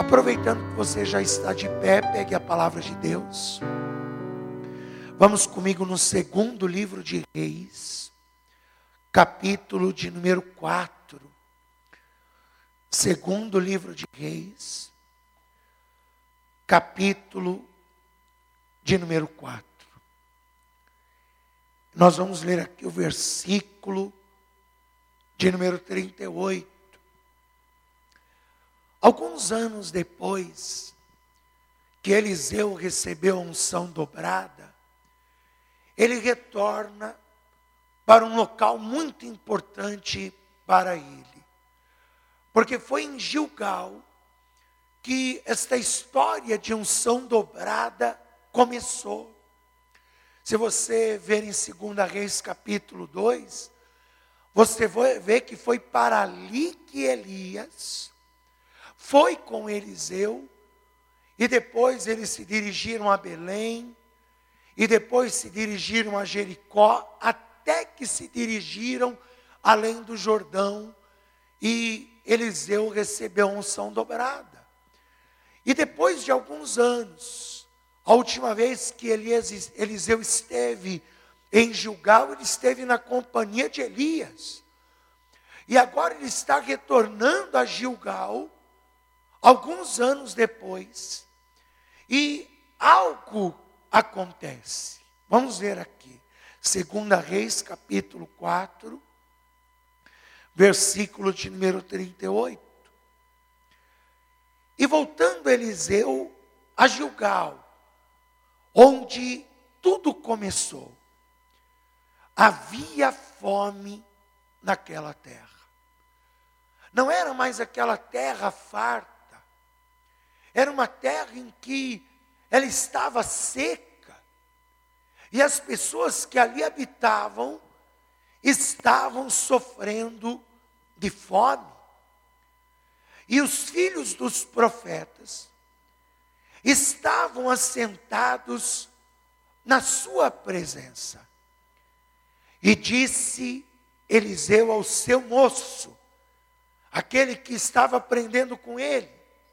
Aproveitando que você já está de pé, pegue a palavra de Deus. Vamos comigo no segundo livro de Reis, capítulo de número 4. Segundo livro de Reis, capítulo de número 4. Nós vamos ler aqui o versículo de número 38. Alguns anos depois que Eliseu recebeu a unção dobrada, ele retorna para um local muito importante para ele. Porque foi em Gilgal que esta história de unção dobrada começou. Se você ver em 2 Reis capítulo 2, você vai ver que foi para ali que Elias foi com Eliseu, e depois eles se dirigiram a Belém, e depois se dirigiram a Jericó, até que se dirigiram além do Jordão, e Eliseu recebeu a unção dobrada. E depois de alguns anos, a última vez que Eliseu esteve em Gilgal, ele esteve na companhia de Elias. E agora ele está retornando a Gilgal, alguns anos depois, e algo acontece. Vamos ver aqui, 2 Reis capítulo 4, versículo de número 38. E voltando Eliseu a Gilgal, onde tudo começou, havia fome naquela terra. Não era mais aquela terra farta, era uma terra em que ela estava seca, e as pessoas que ali habitavam estavam sofrendo de fome. E os filhos dos profetas estavam assentados na sua presença. E disse Eliseu ao seu moço, aquele que estava aprendendo com ele: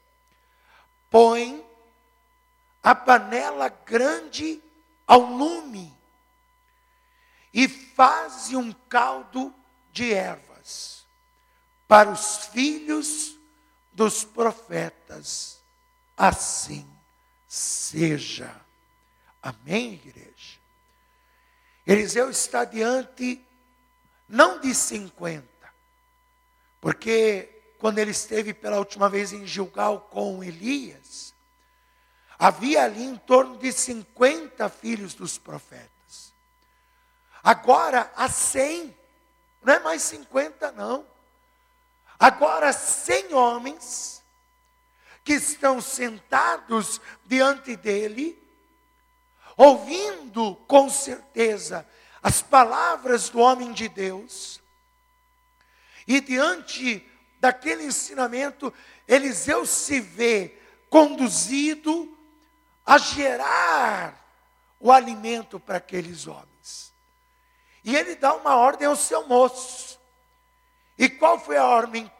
põe a panela grande ao lume e faze um caldo de ervas para os filhos dos profetas. Assim seja. Amém, igreja? Eliseu está diante não de 50, porque quando ele esteve pela última vez em Gilgal com Elias, havia ali em torno de 50 filhos dos profetas. Agora há 100, não é mais 50 não. Agora 100 homens que estão sentados diante dele, ouvindo com certeza as palavras do homem de Deus, e diante daquele ensinamento, Eliseu se vê conduzido a gerar o alimento para aqueles homens. E ele dá uma ordem ao seu moço. E qual foi a ordem?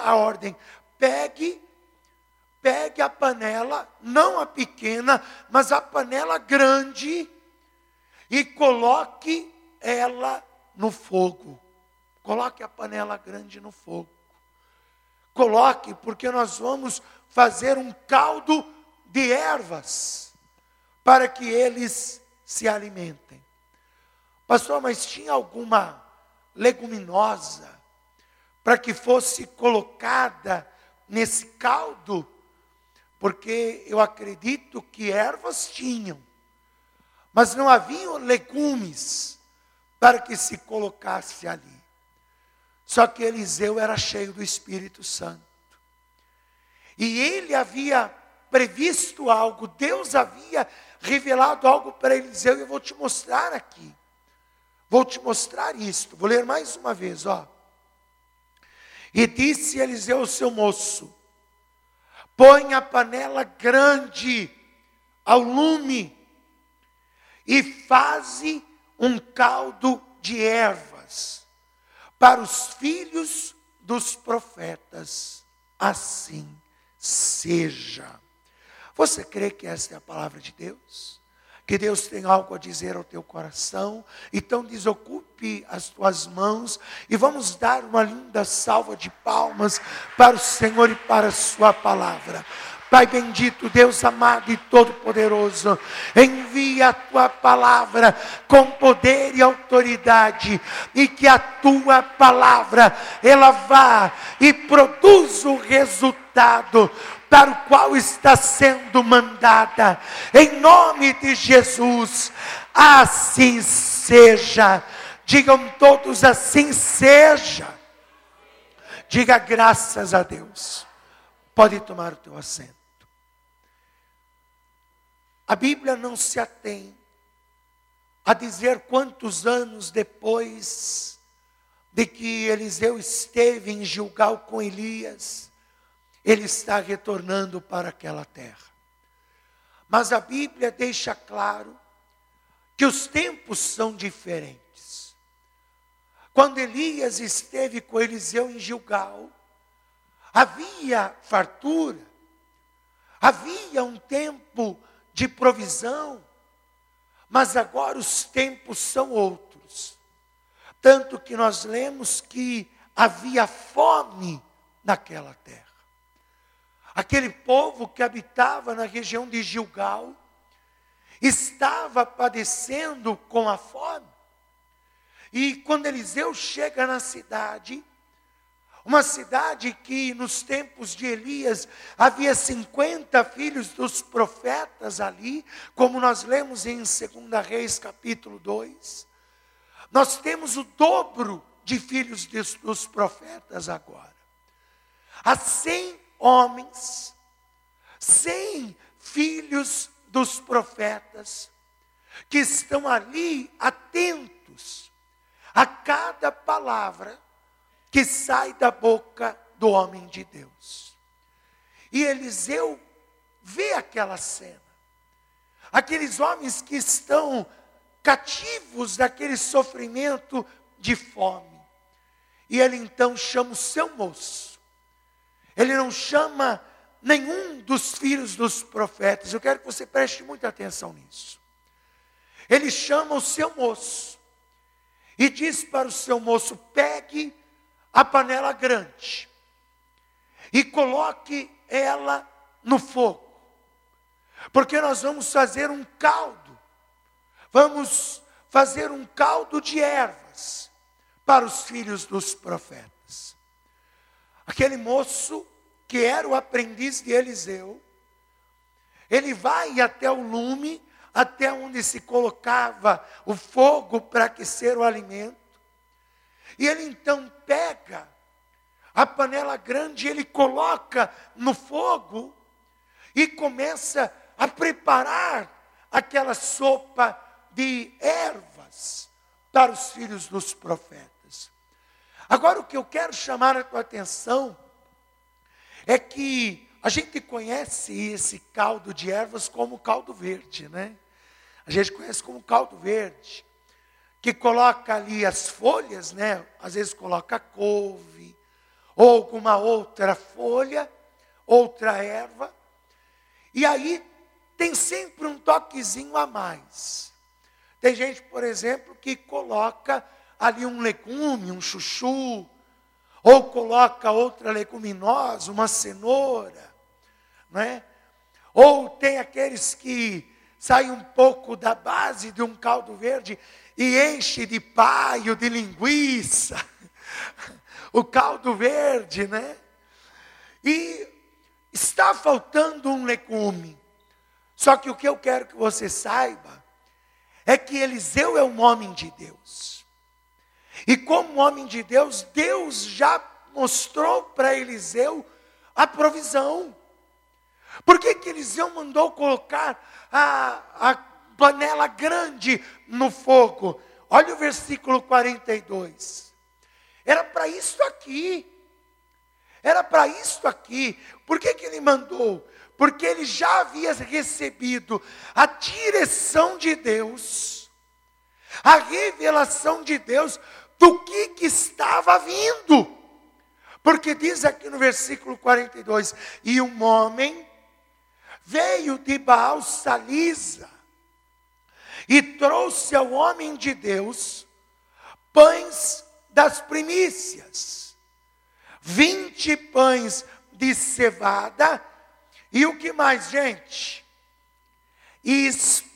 Pegue a panela, não a pequena, mas a panela grande, e coloque ela no fogo. Coloque a panela grande no fogo. Coloque, porque nós vamos fazer um caldo de ervas para que eles se alimentem. Pastor, mas tinha alguma leguminosa para que fosse colocada nesse caldo? Porque eu acredito que ervas tinham, mas não haviam legumes para que se colocasse ali. Só que Eliseu era cheio do Espírito Santo. E ele havia previsto algo, Deus havia revelado algo para Eliseu, e eu vou te mostrar aqui. Vou te mostrar isto. Vou ler mais uma vez, ó. E disse Eliseu ao seu moço: põe a panela grande ao lume e faze um caldo de ervas para os filhos dos profetas. Assim seja. Você crê que essa é a palavra de Deus? Que Deus tem algo a dizer ao teu coração? Então desocupe as tuas mãos e vamos dar uma linda salva de palmas para o Senhor e para a sua palavra. Pai bendito, Deus amado e todo-poderoso, envia a tua palavra com poder e autoridade, e que a tua palavra, ela vá e produza o resultado para o qual está sendo mandada, em nome de Jesus, assim seja. Digam todos, assim seja. Diga graças a Deus. Pode tomar o teu assento. A Bíblia não se atém a dizer quantos anos depois de que Eliseu esteve em Gilgal com Elias, ele está retornando para aquela terra. Mas a Bíblia deixa claro que os tempos são diferentes. Quando Elias esteve com Eliseu em Gilgal, havia fartura, havia um tempo de provisão, mas agora os tempos são outros. Tanto que nós lemos que havia fome naquela terra. Aquele povo que habitava na região de Gilgal estava padecendo com a fome. E quando Eliseu chega na cidade, uma cidade que nos tempos de Elias havia 50 filhos dos profetas ali, como nós lemos em 2 Reis capítulo 2. Nós temos o dobro de filhos dos profetas agora. Há 100 homens, 100 filhos dos profetas, que estão ali atentos a cada palavra que sai da boca do homem de Deus. E Eliseu vê aquela cena. Aqueles homens que estão cativos daquele sofrimento de fome. E ele então chama o seu moço. Ele não chama nenhum dos filhos dos profetas. Eu quero que você preste muita atenção nisso. Ele chama o seu moço. E diz para o seu moço: pegue a panela grande e coloque ela no fogo, porque nós vamos fazer um caldo, vamos fazer um caldo de ervas para os filhos dos profetas. Aquele moço que era o aprendiz de Eliseu, ele vai até o lume, até onde se colocava o fogo para aquecer o alimento. E ele então pega a panela grande, ele coloca no fogo e começa a preparar aquela sopa de ervas para os filhos dos profetas. Agora o que eu quero chamar a tua atenção é que a gente conhece esse caldo de ervas como caldo verde, né? A gente conhece como caldo verde, que coloca ali as folhas, né? Às vezes coloca couve, ou alguma outra folha, outra erva. E aí tem sempre um toquezinho a mais. Tem gente, por exemplo, que coloca ali um legume, um chuchu, ou coloca outra leguminosa, uma cenoura, né? Ou tem aqueles que saem um pouco da base de um caldo verde e enche de paio, de linguiça, o caldo verde, né? E está faltando um legume. Só que o que eu quero que você saiba é que Eliseu é um homem de Deus. E como homem de Deus, Deus já mostrou para Eliseu a provisão. Por que que Eliseu mandou colocar a panela grande no fogo? Olha o versículo 42. Era para isso aqui. Era para isso aqui. Por que que ele mandou? Porque ele já havia recebido a direção de Deus, a revelação de Deus do que estava vindo. Porque diz aqui no versículo 42, e um homem veio de Baal-Salisa e trouxe ao homem de Deus pães das primícias, 20 pães de cevada, e o que mais, gente? E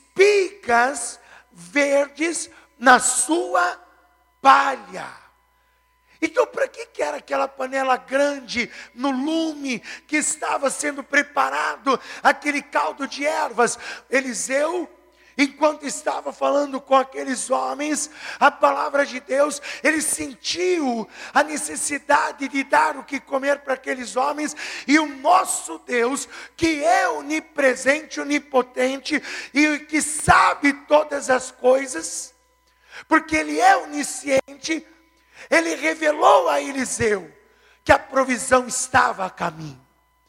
espigas verdes na sua palha. Então, para que era aquela panela grande no lume que estava sendo preparado aquele caldo de ervas? Eliseu, enquanto estava falando com aqueles homens, a palavra de Deus, ele sentiu a necessidade de dar o que comer para aqueles homens, e o nosso Deus, que é onipresente, onipotente, e que sabe todas as coisas, porque Ele é onisciente, Ele revelou a Eliseu que a provisão estava a caminho.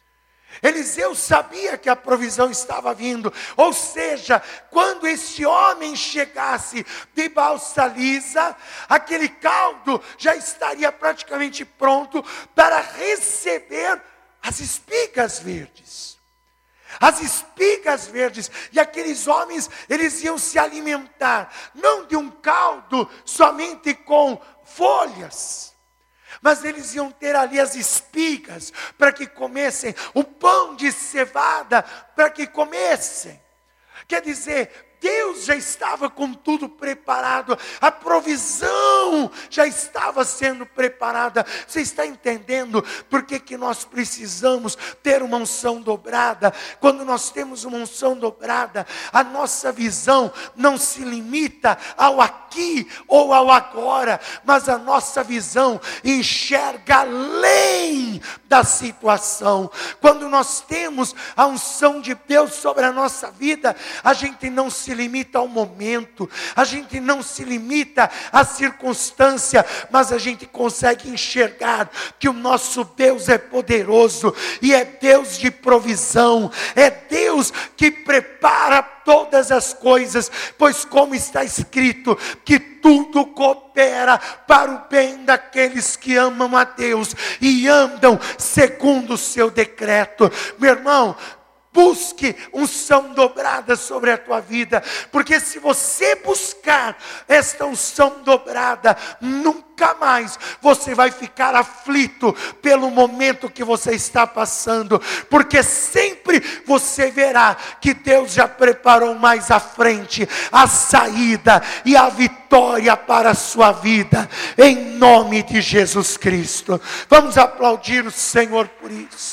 Eliseu sabia que a provisão estava vindo. Ou seja, quando este homem chegasse de Baal-Salisa, aquele caldo já estaria praticamente pronto para receber as espigas verdes. As espigas verdes. E aqueles homens, eles iam se alimentar, não de um caldo somente com folhas, mas eles iam ter ali as espigas para que comessem, o pão de cevada para que comessem. Quer dizer, Deus já estava com tudo preparado, a provisão já estava sendo preparada. Você está entendendo por que nós precisamos ter uma unção dobrada? Quando nós temos uma unção dobrada, a nossa visão não se limita ao aqui ou ao agora, mas a nossa visão enxerga além da situação. Quando nós temos a unção de Deus sobre a nossa vida, a gente não se limita ao momento, a gente não se limita à circunstância, mas a gente consegue enxergar que o nosso Deus é poderoso, e é Deus de provisão, é Deus que prepara todas as coisas, pois como está escrito, que tudo coopera para o bem daqueles que amam a Deus e andam segundo o seu decreto. Meu irmão, busque unção dobrada sobre a tua vida, porque se você buscar esta unção dobrada, nunca mais você vai ficar aflito pelo momento que você está passando, porque sempre você verá que Deus já preparou mais à frente a saída e a vitória para a sua vida, em nome de Jesus Cristo. Vamos aplaudir o Senhor por isso.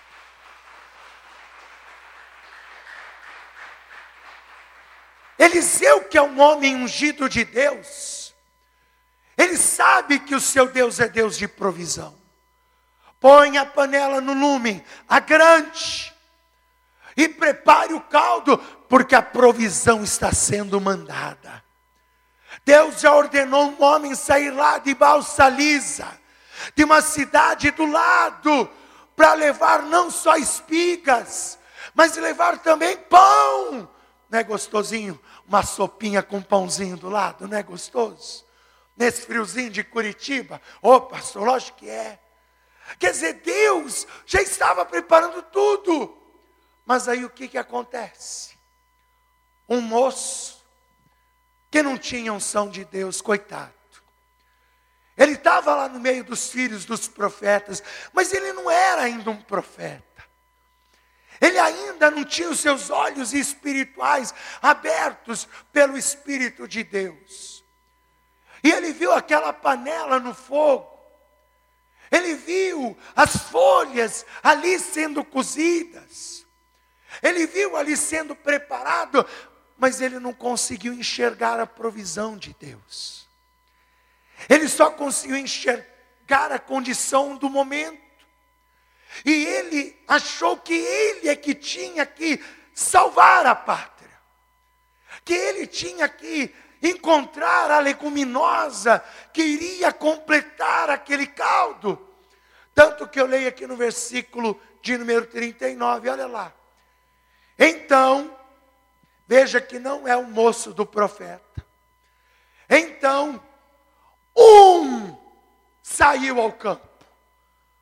Eliseu, que é um homem ungido de Deus, ele sabe que o seu Deus é Deus de provisão. Põe a panela no lume, a grande, e prepare o caldo, porque a provisão está sendo mandada. Deus já ordenou um homem sair lá de Baal-Salisa, de uma cidade do lado, para levar não só espigas, mas levar também pão. Não é gostosinho? Uma sopinha com pãozinho do lado, não é gostoso? Nesse friozinho de Curitiba? Ô pastor, lógico que é. Quer dizer, Deus já estava preparando tudo. Mas aí o que acontece? Um moço que não tinha unção de Deus, coitado. Ele estava lá no meio dos filhos dos profetas, mas ele não era ainda um profeta. Ele ainda não tinha os seus olhos espirituais abertos pelo Espírito de Deus. E ele viu aquela panela no fogo. Ele viu as folhas ali sendo cozidas. Ele viu ali sendo preparado, mas ele não conseguiu enxergar a provisão de Deus. Ele só conseguiu enxergar a condição do momento. E ele achou que ele é que tinha que salvar a pátria, que ele tinha que encontrar a leguminosa que iria completar aquele caldo. Tanto que eu leio aqui no versículo de número 39, olha lá. Então, veja que não é o moço do profeta. Então, saiu ao campo.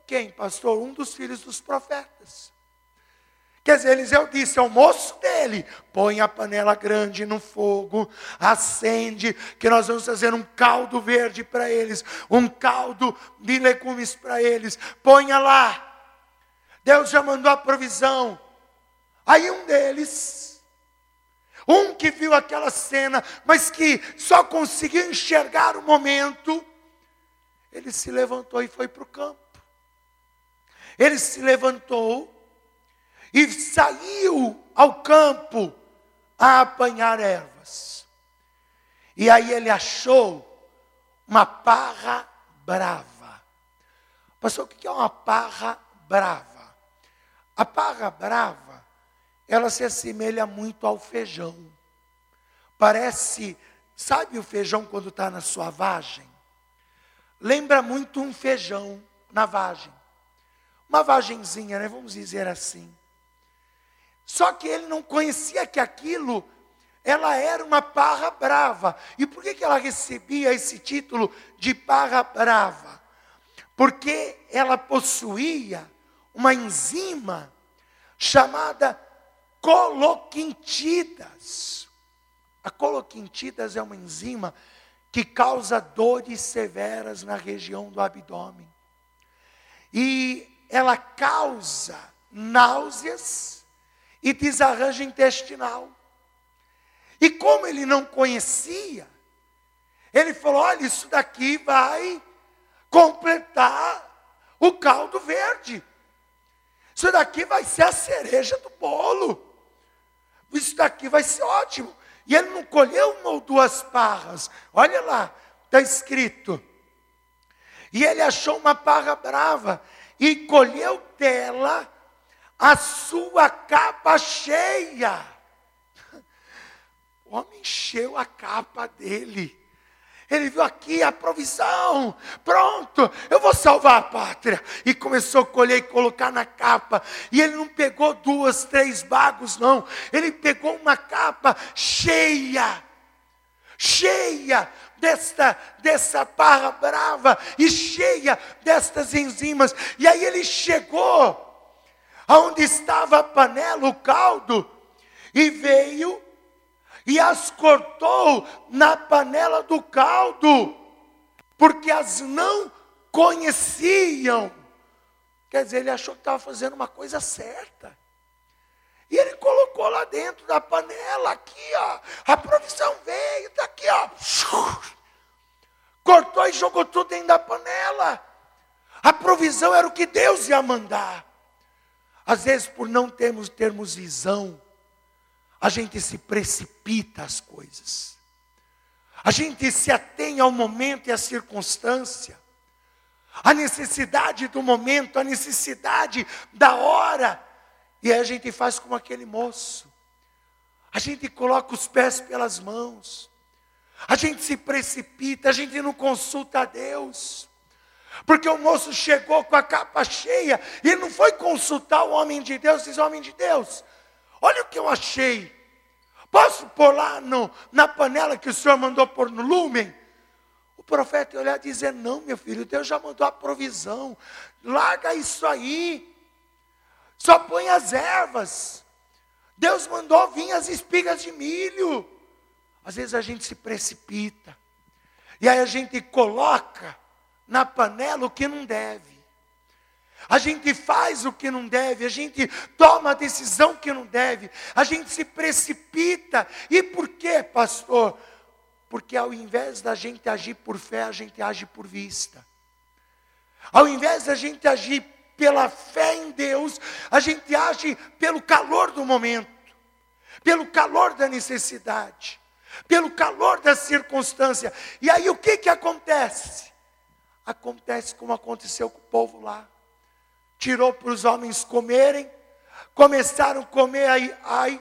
quem, pastor? Um dos filhos dos profetas. Quer dizer, Eliseu disse ao moço dele: põe a panela grande no fogo, acende, que nós vamos fazer um caldo verde para eles, um caldo de legumes para eles, ponha lá. Deus já mandou a provisão. Aí um deles, um que viu aquela cena, mas que só conseguiu enxergar o momento, ele se levantou e foi para o campo. Ele se levantou e saiu ao campo a apanhar ervas. E aí ele achou uma parra brava. Pastor, o que é uma parra brava? A parra brava, ela se assemelha muito ao feijão. Parece, sabe o feijão quando está na sua vagem? Lembra muito um feijão na vagem. Uma vagenzinha, né? Vamos dizer assim. Só que ele não conhecia que aquilo, ela era uma parra brava. E por que ela recebia esse título de parra brava? Porque ela possuía uma enzima chamada coloquintidas. A coloquintidas é uma enzima que causa dores severas na região do abdômen. E ela causa náuseas e desarranjo intestinal. E como ele não conhecia, ele falou: olha, isso daqui vai completar o caldo verde. Isso daqui vai ser a cereja do bolo. Isso daqui vai ser ótimo. E ele não colheu uma ou duas parras. Olha lá, está escrito. E ele achou uma parra brava e colheu dela a sua capa cheia. O homem encheu a capa dele. Ele viu aqui a provisão. Pronto, eu vou salvar a pátria. E começou a colher e colocar na capa. E ele não pegou 2, 3 bagos, não. Ele pegou uma capa cheia. Cheia dessa parra brava. E cheia destas enzimas. E aí ele chegou aonde estava a panela, o caldo. E veio e as cortou na panela do caldo, porque as não conheciam. Quer dizer, ele achou que estava fazendo uma coisa certa. E ele colocou lá dentro da panela, aqui ó, a provisão veio, está aqui ó. Cortou e jogou tudo dentro da panela. A provisão era o que Deus ia mandar. Às vezes, por não termos visão, a gente se precipita às coisas. A gente se atém ao momento e à circunstância. A necessidade do momento, a necessidade da hora. E aí a gente faz como aquele moço. A gente coloca os pés pelas mãos. A gente se precipita, a gente não consulta a Deus. Porque o moço chegou com a capa cheia e ele não foi consultar o homem de Deus. Diz: homem de Deus, olha o que eu achei. Posso pôr lá na panela que o senhor mandou pôr no lumen? O profeta ia olhar e dizer: não, meu filho, Deus já mandou a provisão. Larga isso aí. Só põe as ervas. Deus mandou vir as espigas de milho. Às vezes a gente se precipita. E aí a gente coloca na panela o que não deve. A gente faz o que não deve, a gente toma a decisão que não deve, a gente se precipita. E por quê, pastor? Porque ao invés da gente agir por fé, a gente age por vista. Ao invés da gente agir pela fé em Deus, a gente age pelo calor do momento, pelo calor da necessidade, pelo calor da circunstância. E aí o que acontece? Acontece como aconteceu com o povo lá. Tirou para os homens comerem, começaram a comer, aí,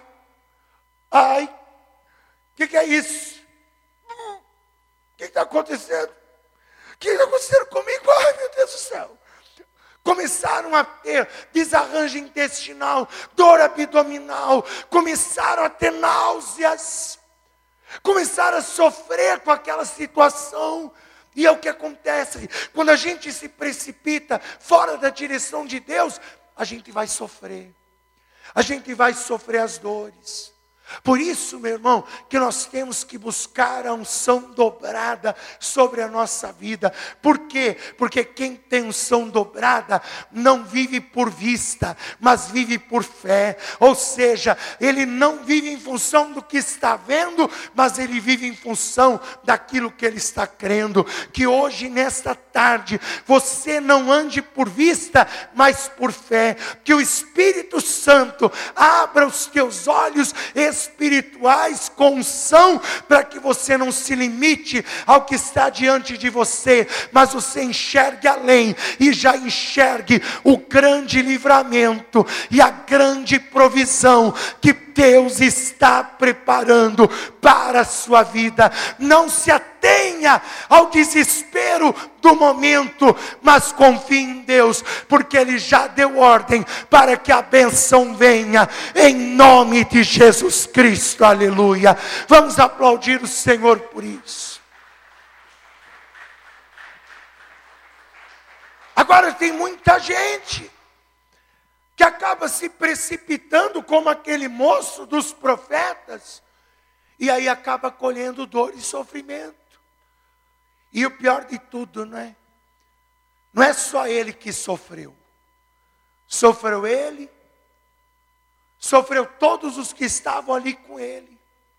o que é isso? O que está acontecendo? O que está acontecendo comigo? Ai, meu Deus do céu. Começaram a ter desarranjo intestinal, dor abdominal, começaram a ter náuseas, começaram a sofrer com aquela situação. E é o que acontece, quando a gente se precipita fora da direção de Deus, a gente vai sofrer. A gente vai sofrer as dores. Por isso, meu irmão, que nós temos que buscar a unção dobrada sobre a nossa vida. Por quê? Porque quem tem unção dobrada não vive por vista, mas vive por fé. Ou seja, ele não vive em função do que está vendo, mas ele vive em função daquilo que ele está crendo. Que hoje, nesta tarde, você não ande por vista, mas por fé. Que o Espírito Santo abra os teus olhos espirituais com unção, para que você não se limite ao que está diante de você, mas você enxergue além, e já enxergue o grande livramento, e a grande provisão, que Deus está preparando para a sua vida. Não se atenha ao desespero do momento, mas confie em Deus, porque Ele já deu ordem para que a bênção venha, em nome de Jesus Cristo, aleluia. Vamos aplaudir o Senhor por isso. Agora tem muita gente que acaba se precipitando como aquele moço dos profetas, e aí acaba colhendo dor e sofrimento. E o pior de tudo, não é só ele que sofreu. Sofreu ele, sofreu todos os que estavam ali com ele.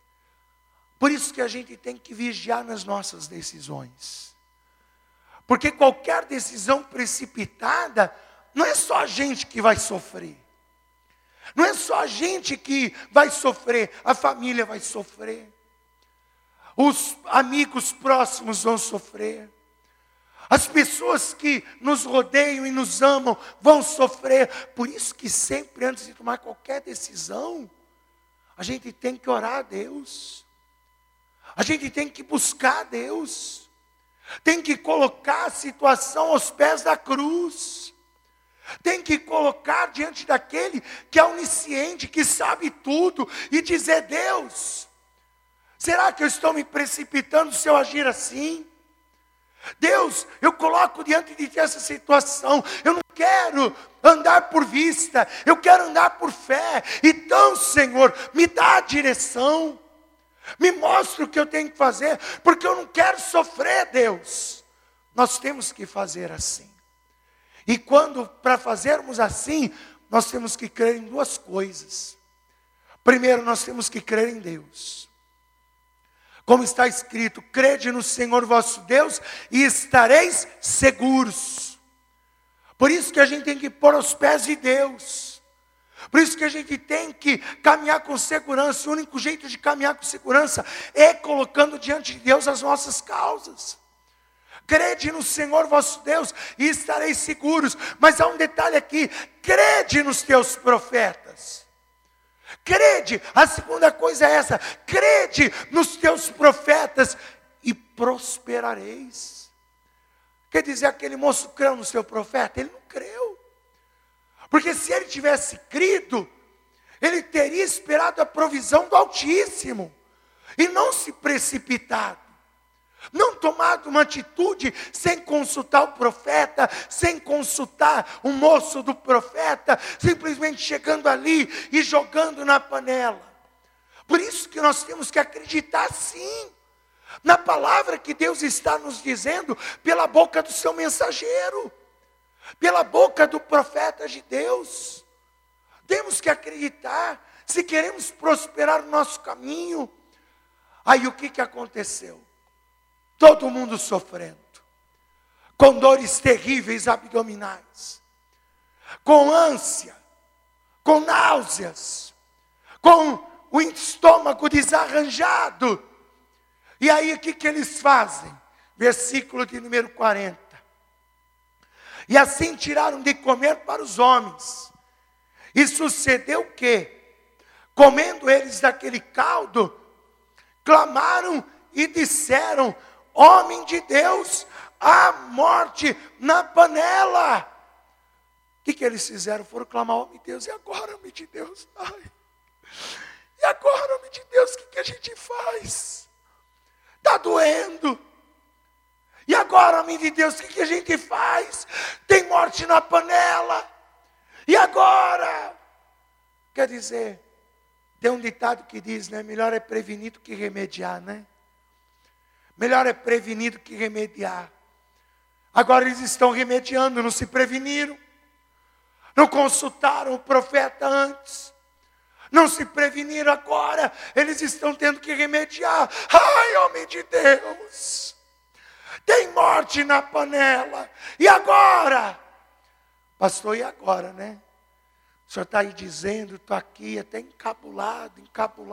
Por isso que a gente tem que vigiar nas nossas decisões. Porque qualquer decisão precipitada, não é só a gente que vai sofrer. Não é só a gente que vai sofrer, a família vai sofrer. Os amigos próximos vão sofrer. As pessoas que nos rodeiam e nos amam vão sofrer. Por isso que sempre antes de tomar qualquer decisão, a gente tem que orar a Deus. A gente tem que buscar a Deus. Tem que colocar a situação aos pés da cruz. Tem que colocar diante daquele que é onisciente, que sabe tudo, e dizer: Deus, será que eu estou me precipitando se eu agir assim? Deus, eu coloco diante de ti essa situação. Eu não quero andar por vista, eu quero andar por fé. Então, Senhor, me dá a direção. Me mostra o que eu tenho que fazer, porque eu não quero sofrer, Deus. Nós temos que fazer assim. E para fazermos assim, nós temos que crer em duas coisas. Primeiro, nós temos que crer em Deus. Como está escrito: crede no Senhor vosso Deus e estareis seguros. Por isso que a gente tem que pôr aos pés de Deus. Por isso que a gente tem que caminhar com segurança. O único jeito de caminhar com segurança é colocando diante de Deus as nossas causas. Crede no Senhor vosso Deus e estareis seguros. Mas há um detalhe aqui: crede nos teus profetas. Crede, a segunda coisa é essa: crede nos teus profetas e prosperareis. Quer dizer, aquele moço creu no seu profeta? Ele não creu. Porque se ele tivesse crido, ele teria esperado a provisão do Altíssimo, e não se precipitado. Não tomado uma atitude sem consultar o profeta, sem consultar o moço do profeta, simplesmente chegando ali e jogando na panela. Por isso que nós temos que acreditar sim, na palavra que Deus está nos dizendo, pela boca do seu mensageiro, pela boca do profeta de Deus. Temos que acreditar, se queremos prosperar no nosso caminho. Aí o que aconteceu? Todo mundo sofrendo, com dores terríveis abdominais, com ânsia, com náuseas, com o estômago desarranjado. E aí o que eles fazem? Versículo de número 40. E assim tiraram de comer para os homens. E sucedeu que, comendo eles daquele caldo, clamaram e disseram: homem de Deus, há morte na panela. O que eles fizeram? Foram clamar: homem de Deus. E agora, homem de Deus? Ai. E agora, homem de Deus, o que a gente faz? Está doendo. E agora, homem de Deus, o que a gente faz? Tem morte na panela. E agora? Quer dizer, tem um ditado que diz, né? Melhor é prevenir do que remediar, né? Melhor é prevenir do que remediar. Agora eles estão remediando, não se preveniram. Não consultaram o profeta antes. Não se preveniram agora. Eles estão tendo que remediar. Ai, homem de Deus. Tem morte na panela. E agora? Pastor, e agora, né? O senhor está aí dizendo, estou aqui até encabulado.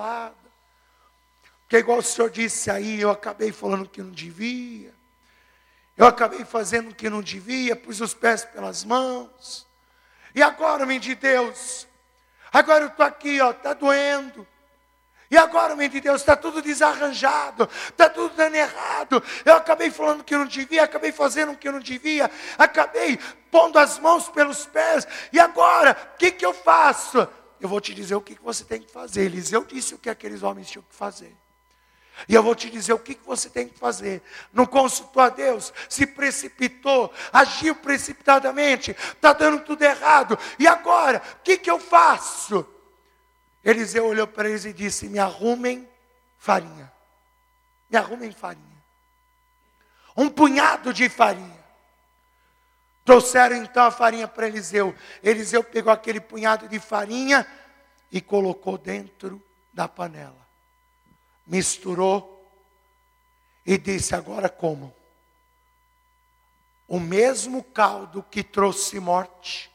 Porque igual o senhor disse aí, eu acabei falando o que não devia. Eu acabei fazendo o que não devia, pus os pés pelas mãos. E agora, homem de Deus? Agora eu estou aqui, está doendo. E agora, homem de Deus, está tudo desarranjado, está tudo dando errado. Eu acabei falando o que não devia, acabei fazendo o que não devia, acabei pondo as mãos pelos pés. E agora, o que eu faço? Eu vou te dizer o que você tem que fazer. Eliseu disse o que aqueles homens tinham que fazer. E eu vou te dizer o que você tem que fazer. Não consultou a Deus, se precipitou, agiu precipitadamente, está dando tudo errado. E agora, o que eu faço? Eliseu olhou para eles e disse, me arrumem farinha. Me arrumem farinha. Um punhado de farinha. Trouxeram então a farinha para Eliseu. Eliseu pegou aquele punhado de farinha e colocou dentro da panela. Misturou e disse, agora como? O mesmo caldo que trouxe morte,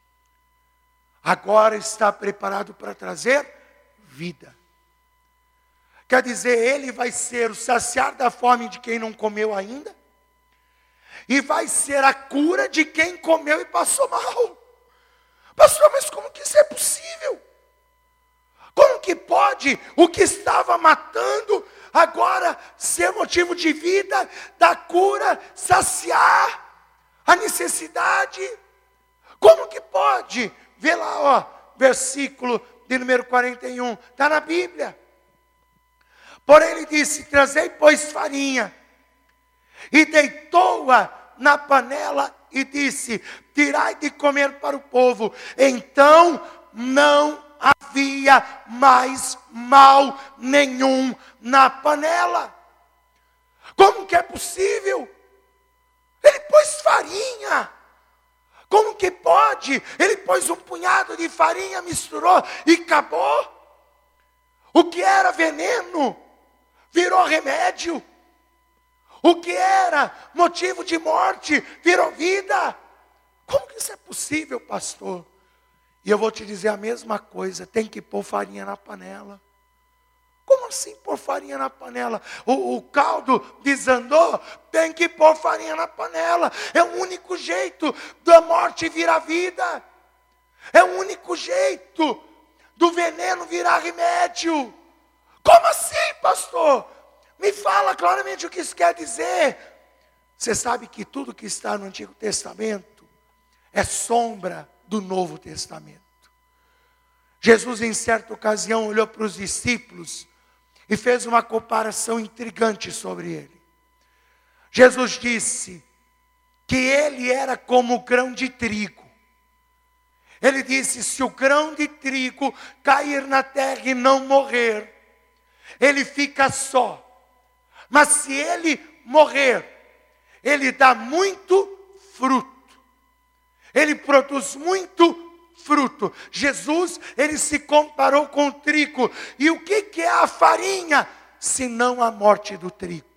agora está preparado para trazer vida. Quer dizer, ele vai ser o saciar da fome de quem não comeu ainda, e vai ser a cura de quem comeu e passou mal. Pastor, mas como que isso é possível? Como que pode o que estava matando agora ser motivo de vida, da cura, saciar a necessidade? Como que pode? Vê lá, versículo de número 41, está na Bíblia. Porém ele disse, trazei pois farinha, e deitou-a na panela e disse, tirai de comer para o povo. Então não havia mais mal nenhum na panela. Como que é possível? Ele pôs farinha. Como que pode? Ele pôs um punhado de farinha, misturou e acabou. O que era veneno virou remédio. O que era motivo de morte virou vida. Como que isso é possível, pastor? E eu vou te dizer a mesma coisa, tem que pôr farinha na panela. Como assim pôr farinha na panela? O caldo desandou, tem que pôr farinha na panela. É o único jeito da morte virar vida. É o único jeito do veneno virar remédio. Como assim, pastor? Me fala claramente o que isso quer dizer. Você sabe que tudo que está no Antigo Testamento é sombra do Novo Testamento. Jesus, em certa ocasião, olhou para os discípulos e fez uma comparação intrigante sobre ele. Jesus disse que ele era como o grão de trigo. Ele disse, se o grão de trigo cair na terra e não morrer, ele fica só. Mas se ele morrer, ele dá muito fruto. Ele produz muito fruto. Jesus, ele se comparou com o trigo. E o que é a farinha, senão a morte do trigo?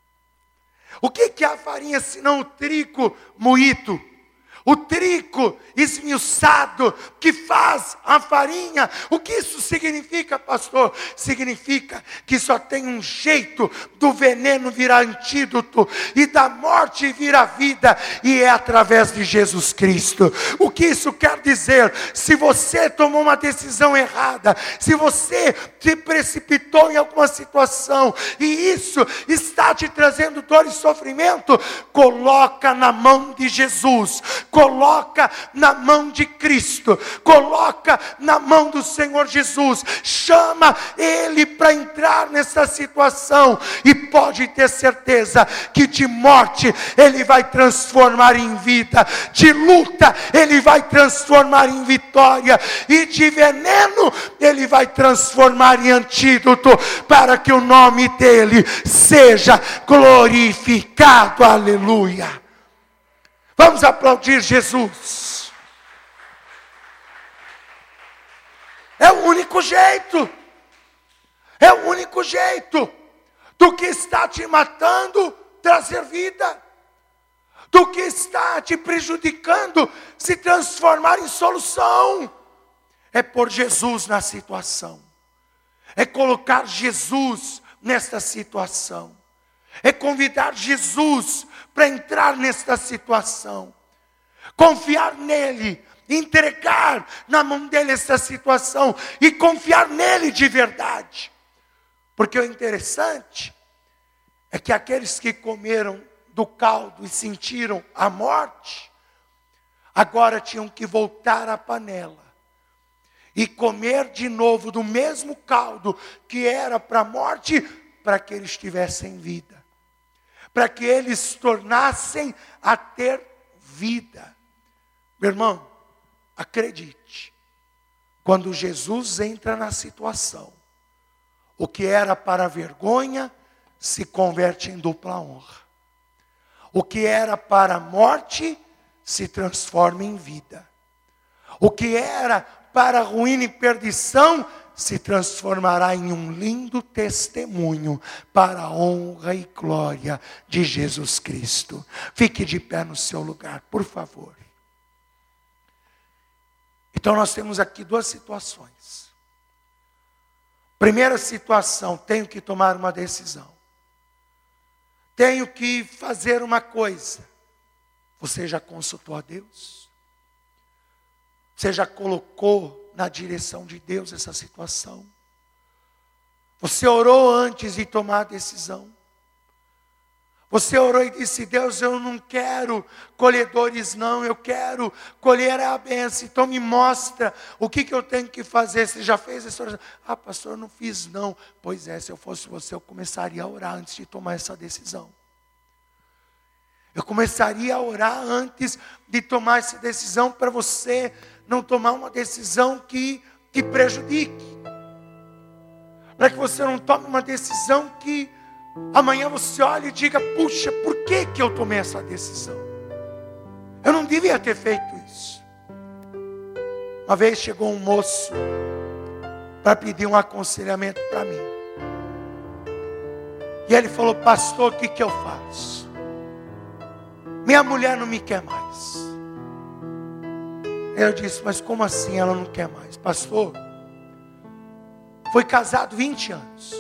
O que é a farinha, senão o trigo moído? O trigo esmiuçado que faz a farinha. O que isso significa, pastor? Significa que só tem um jeito do veneno virar antídoto e da morte virar vida, e é através de Jesus Cristo. O que isso quer dizer? Se você tomou uma decisão errada, se você se precipitou em alguma situação e isso está te trazendo dor e sofrimento, coloca na mão de Jesus. Coloca na mão de Cristo, coloca na mão do Senhor Jesus, chama Ele para entrar nessa situação, e pode ter certeza que de morte Ele vai transformar em vida, de luta Ele vai transformar em vitória, e de veneno Ele vai transformar em antídoto, para que o nome dEle seja glorificado. Aleluia. Vamos aplaudir Jesus. É o único jeito. É o único jeito do que está te matando trazer vida, do que está te prejudicando se transformar em solução. É pôr Jesus na situação, é colocar Jesus nesta situação, é convidar Jesus para entrar nesta situação, confiar nele, entregar na mão dele essa situação e confiar nele de verdade. Porque o interessante é que aqueles que comeram do caldo e sentiram a morte, agora tinham que voltar à panela e comer de novo do mesmo caldo que era para a morte, para que eles tivessem vida, para que eles tornassem a ter vida. Meu irmão, acredite, quando Jesus entra na situação, o que era para vergonha se converte em dupla honra. O que era para a morte se transforma em vida. O que era para ruína e perdição se transformará em um lindo testemunho para a honra e glória de Jesus Cristo. Fique de pé no seu lugar, por favor. Então nós temos aqui duas situações. Primeira situação, tenho que tomar uma decisão. Tenho que fazer uma coisa. Você já consultou a Deus? Você já colocou na direção de Deus essa situação? Você orou antes de tomar a decisão? Você orou e disse: Deus, eu não quero colhedores não, eu quero colher a bênção, então me mostra o que eu tenho que fazer. Você já fez essa oração? Ah, pastor, eu não fiz não. Pois é, se eu fosse você, eu começaria a orar antes de tomar essa decisão. Eu começaria a orar antes de tomar essa decisão, para você não tomar uma decisão que te prejudique. Para que você não tome uma decisão que amanhã você olhe e diga: puxa, por que eu tomei essa decisão? Eu não devia ter feito isso. Uma vez chegou um moço para pedir um aconselhamento para mim. E ele falou: pastor, o que eu faço? Minha mulher não me quer mais. Eu disse: mas como assim ela não quer mais? Pastor, foi casado 20 anos.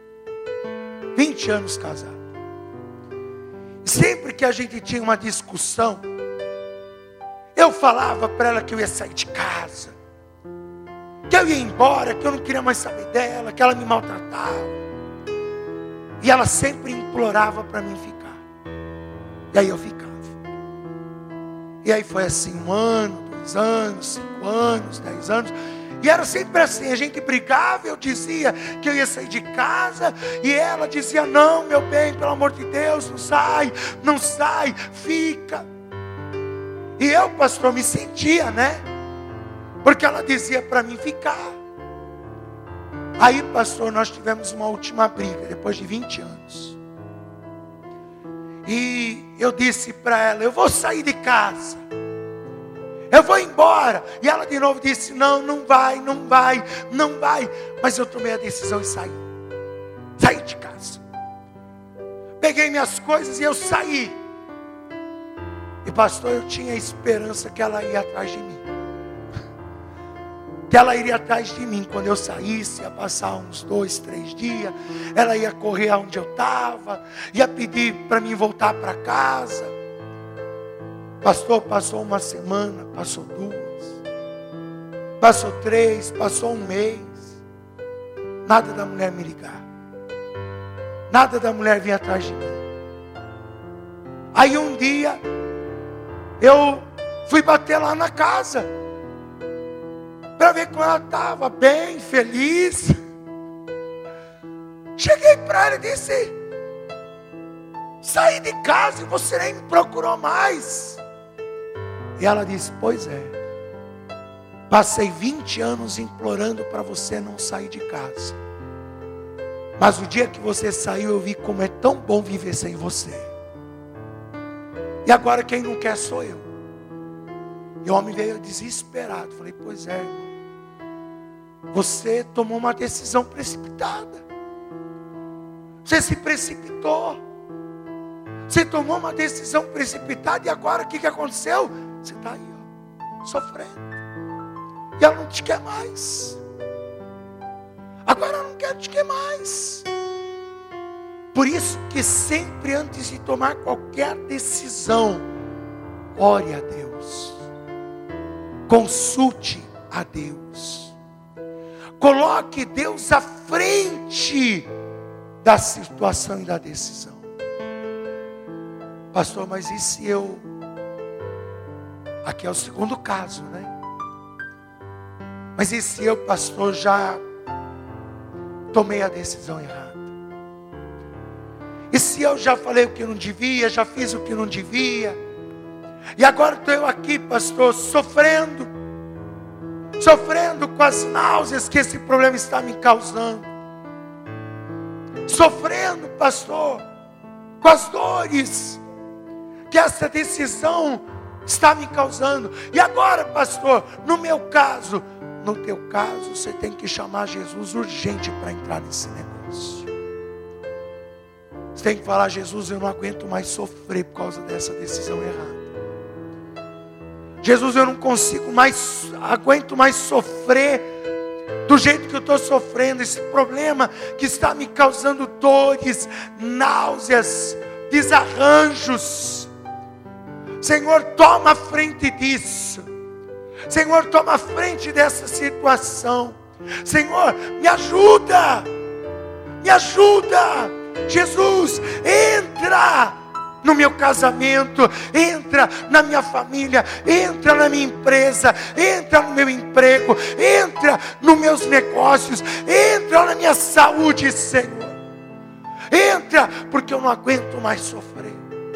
20 anos casado. Sempre que a gente tinha uma discussão, eu falava para ela que eu ia sair de casa, que eu ia embora, que eu não queria mais saber dela, que ela me maltratava. E ela sempre implorava para mim ficar. E aí eu ficava. E aí foi assim 1 ano, 2 anos, 5 anos, 10 anos. E era sempre assim, a gente brigava, eu dizia que eu ia sair de casa, e ela dizia: não, meu bem, pelo amor de Deus, não sai, fica. E eu, pastor, me sentia, né? Porque ela dizia para mim ficar. Aí, pastor, nós tivemos uma última briga, depois de 20 anos. E eu disse para ela: eu vou sair de casa, eu vou embora. E ela de novo disse: não vai. Mas eu tomei a decisão e saí. Saí de casa. Peguei minhas coisas e eu saí. E pastor, eu tinha esperança que ela ia atrás de mim. Que ela iria atrás de mim quando eu saísse. Ia passar uns 2, 3 dias. Ela ia correr aonde eu estava. Ia pedir para mim voltar para casa. Pastor, passou 1 semana, passou 2, passou 3, passou 1 mês. Nada da mulher me ligar. Nada da mulher vir atrás de mim. Aí um dia, eu Fui bater lá na casa, para ver como ela estava, bem, feliz. Cheguei para ela e disse: saí de casa e você nem me procurou mais. E ela disse: pois é, passei 20 anos implorando para você não sair de casa. Mas o dia que você saiu, eu vi como é tão bom viver sem você. E agora quem não quer sou eu. E o homem veio desesperado. Falei: pois é, irmão, você tomou uma decisão precipitada. Você se precipitou. Você tomou uma decisão precipitada. E agora o que aconteceu? Você está aí, ó, sofrendo. E ela não te quer mais. Agora eu não quero te quer mais. Por isso que sempre antes de tomar qualquer decisão, ore a Deus. Consulte a Deus. Coloque Deus à frente da situação e da decisão. Pastor, mas e se eu... Aqui é o segundo caso, né? Mas e se eu, pastor, já tomei a decisão errada? E se eu já falei o que não devia, já fiz o que não devia, e agora estou eu aqui, pastor, sofrendo com as náuseas que esse problema está me causando, sofrendo, pastor, com as dores que essa decisão está me causando. E agora, pastor, no meu caso, no teu caso, você tem que chamar Jesus urgente para entrar nesse negócio. Você tem que falar: Jesus, eu não aguento mais sofrer por causa dessa decisão errada. Jesus, eu não consigo mais, aguento mais sofrer do jeito que eu estou sofrendo. Esse problema que está me causando dores, náuseas, desarranjos. Senhor, toma a frente disso. Senhor, toma a frente dessa situação. Senhor, me ajuda. Me ajuda. Jesus, entra no meu casamento, entra na minha família, entra na minha empresa, entra no meu emprego, entra nos meus negócios, entra na minha saúde, Senhor. Entra, porque eu não aguento mais sofrer.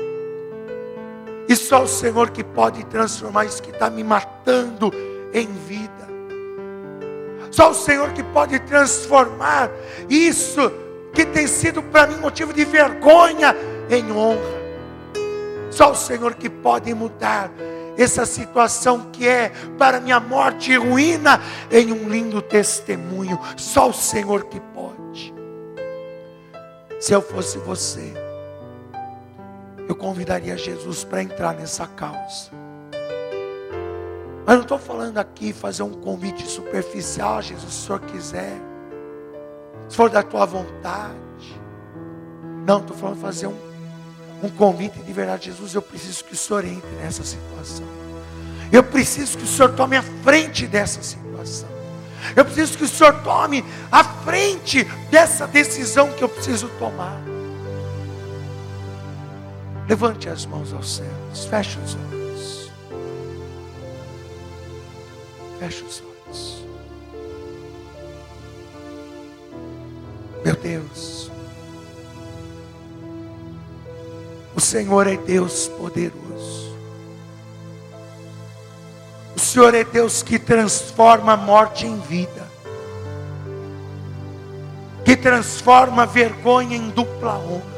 E só o Senhor que pode transformar isso que está me matando em vida. Só o Senhor que pode transformar isso que tem sido para mim motivo de vergonha em honra. Só o Senhor que pode mudar essa situação que é para minha morte e ruína em um lindo testemunho. Só o Senhor que pode. Se eu fosse você, eu convidaria Jesus para entrar nessa causa. Mas não estou falando aqui fazer um convite superficial: Jesus, se o Senhor quiser, se for da tua vontade. Não, estou falando fazer um convite de verdade. Jesus, eu preciso que o Senhor entre nessa situação. Eu preciso que o Senhor tome a frente dessa situação. Eu preciso que o Senhor tome a frente dessa decisão que eu preciso tomar. Levante as mãos aos céus. Feche os olhos. Feche os olhos. Meu Deus, o Senhor é Deus poderoso. O Senhor é Deus que transforma a morte em vida, que transforma a vergonha em dupla honra.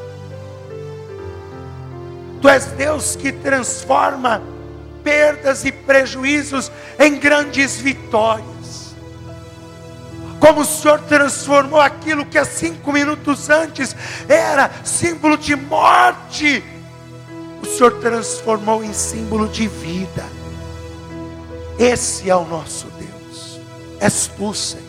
Tu és Deus que transforma perdas e prejuízos em grandes vitórias. Como o Senhor transformou aquilo que há 5 minutos antes era símbolo de morte, o Senhor transformou em símbolo de vida. Esse é o nosso Deus. És tu, Senhor.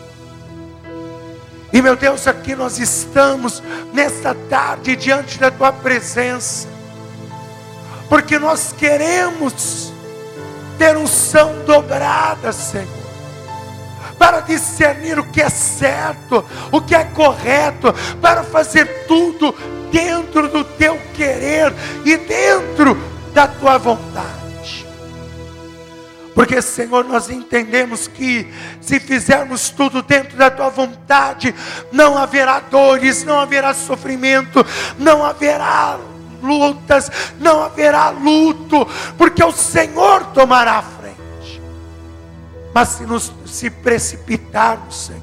E meu Deus, aqui nós estamos nesta tarde diante da tua presença, porque nós queremos ter unção dobrada, Senhor, para discernir o que é certo, o que é correto, para fazer tudo dentro do teu querer e dentro da tua vontade. Porque, Senhor, nós entendemos que se fizermos tudo dentro da Tua vontade, não haverá dores, não haverá sofrimento, não haverá lutas, não haverá luto, porque o Senhor tomará a frente. Mas se precipitarmos, Senhor,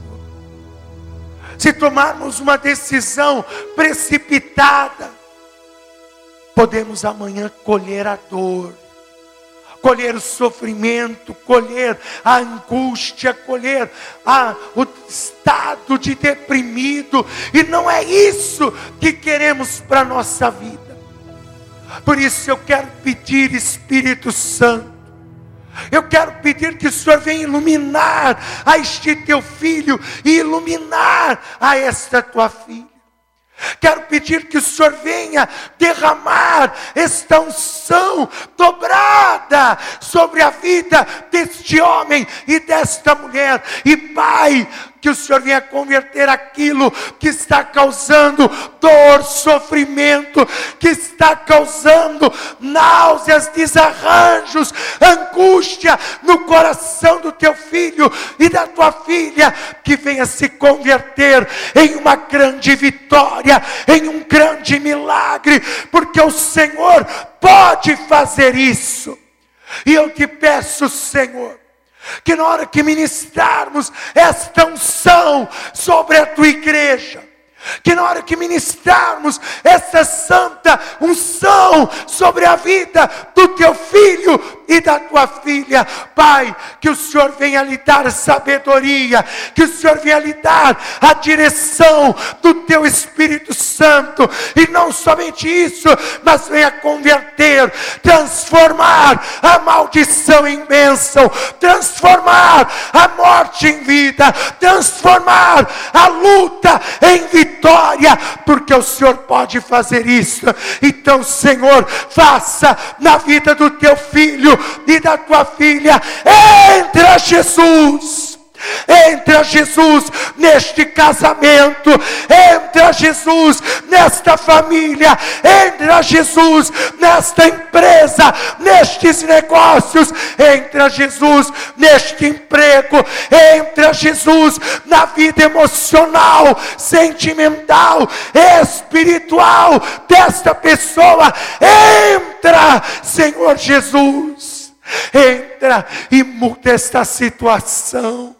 se tomarmos uma decisão precipitada, podemos amanhã colher a dor, colher o sofrimento, colher a angústia, colher o estado de deprimido, e não é isso que queremos para a nossa vida. Por isso eu quero pedir, Espírito Santo, eu quero pedir que o Senhor venha iluminar a este teu filho e iluminar a esta tua filha. Quero pedir que o Senhor venha derramar esta unção dobrada sobre a vida deste homem e desta mulher. E Pai, que o Senhor venha converter aquilo que está causando dor, sofrimento, que está causando náuseas, desarranjos, angústia no coração do teu filho e da tua filha, que venha se converter em uma grande vitória, em um grande milagre, porque o Senhor pode fazer isso. E eu te peço, Senhor, que na hora que ministrarmos esta unção sobre a tua igreja, que na hora que ministrarmos essa santa unção sobre a vida do teu filho e da tua filha, Pai, que o Senhor venha lhe dar sabedoria, que o Senhor venha lhe dar a direção do teu Espírito Santo, e não somente isso, mas venha converter, transformar a maldição em bênção, transformar a morte em vida, transformar a luta em vitória, porque o Senhor pode fazer isso. Então, Senhor, faça na vida do teu filho e da tua filha. Entra, Jesus, entra, Jesus, neste casamento, entra, Jesus, nesta família, entra, Jesus, nesta empresa, nestes negócios, entra, Jesus, neste emprego, entra, Jesus, na vida emocional, sentimental, espiritual desta pessoa. Entra, Senhor Jesus, entra e muda esta situação.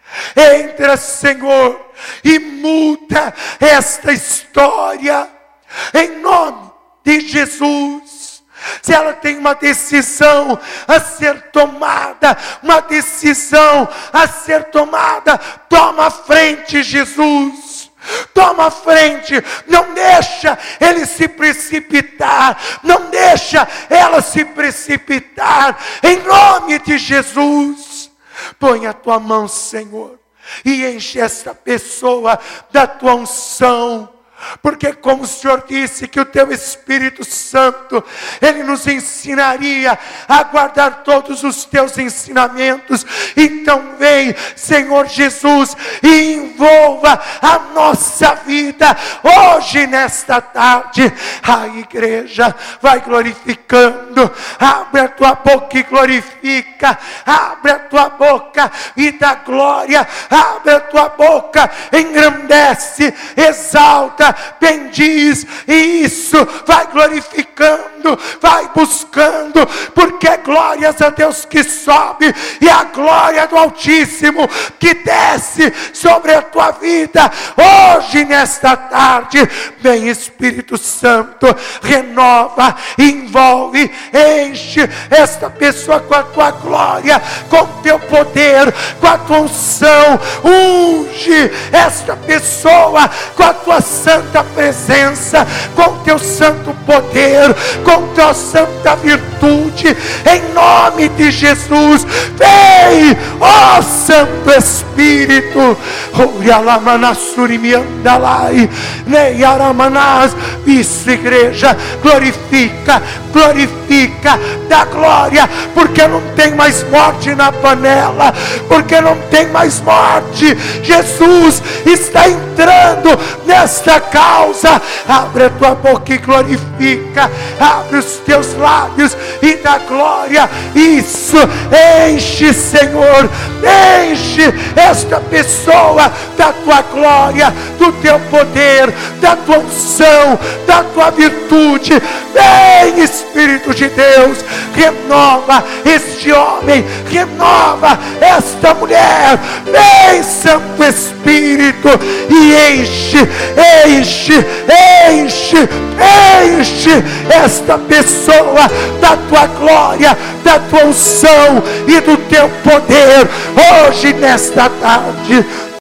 Entra, Senhor, e muda esta história, em nome de Jesus. Se ela tem uma decisão a ser tomada, uma decisão a ser tomada, toma a frente, Jesus. Toma a frente, não deixa ele se precipitar, não deixa ela se precipitar, em nome de Jesus. Põe a tua mão, Senhor, e enche esta pessoa da tua unção. Porque como o Senhor disse que o teu Espírito Santo, ele nos ensinaria a guardar todos os teus ensinamentos. Então vem, Senhor Jesus, e envolva a nossa vida hoje, nesta tarde. A igreja vai glorificando. Abre a tua boca e glorifica. Abre a tua boca e dá glória. Abre a tua boca, engrandece, exalta, bendiz, e isso vai glorificando, vai buscando, porque é glórias a Deus que sobe e a glória do Altíssimo que desce sobre a tua vida hoje, nesta tarde. Vem, Espírito Santo, renova, envolve, enche esta pessoa com a tua glória, com o teu poder, com a tua unção. Unge esta pessoa com a tua santa presença, com teu santo poder, com tua santa virtude, em nome de Jesus. Vem, ó Santo Espírito. Isso, igreja, glorifica, glorifica glorifica, dá glória, porque não tem mais morte na panela, porque não tem mais morte. Jesus está entrando nesta causa. Abre a tua boca e glorifica, abre os teus lábios e dá glória. Isso, enche, Senhor, enche esta pessoa da tua glória, do teu poder, da tua unção, da tua virtude. Vem, Espírito de Deus, renova este homem, renova esta mulher. Vem, Santo Espírito, e enche, enche, enche, enche esta pessoa da tua glória, da tua unção e do teu poder, hoje nesta tarde.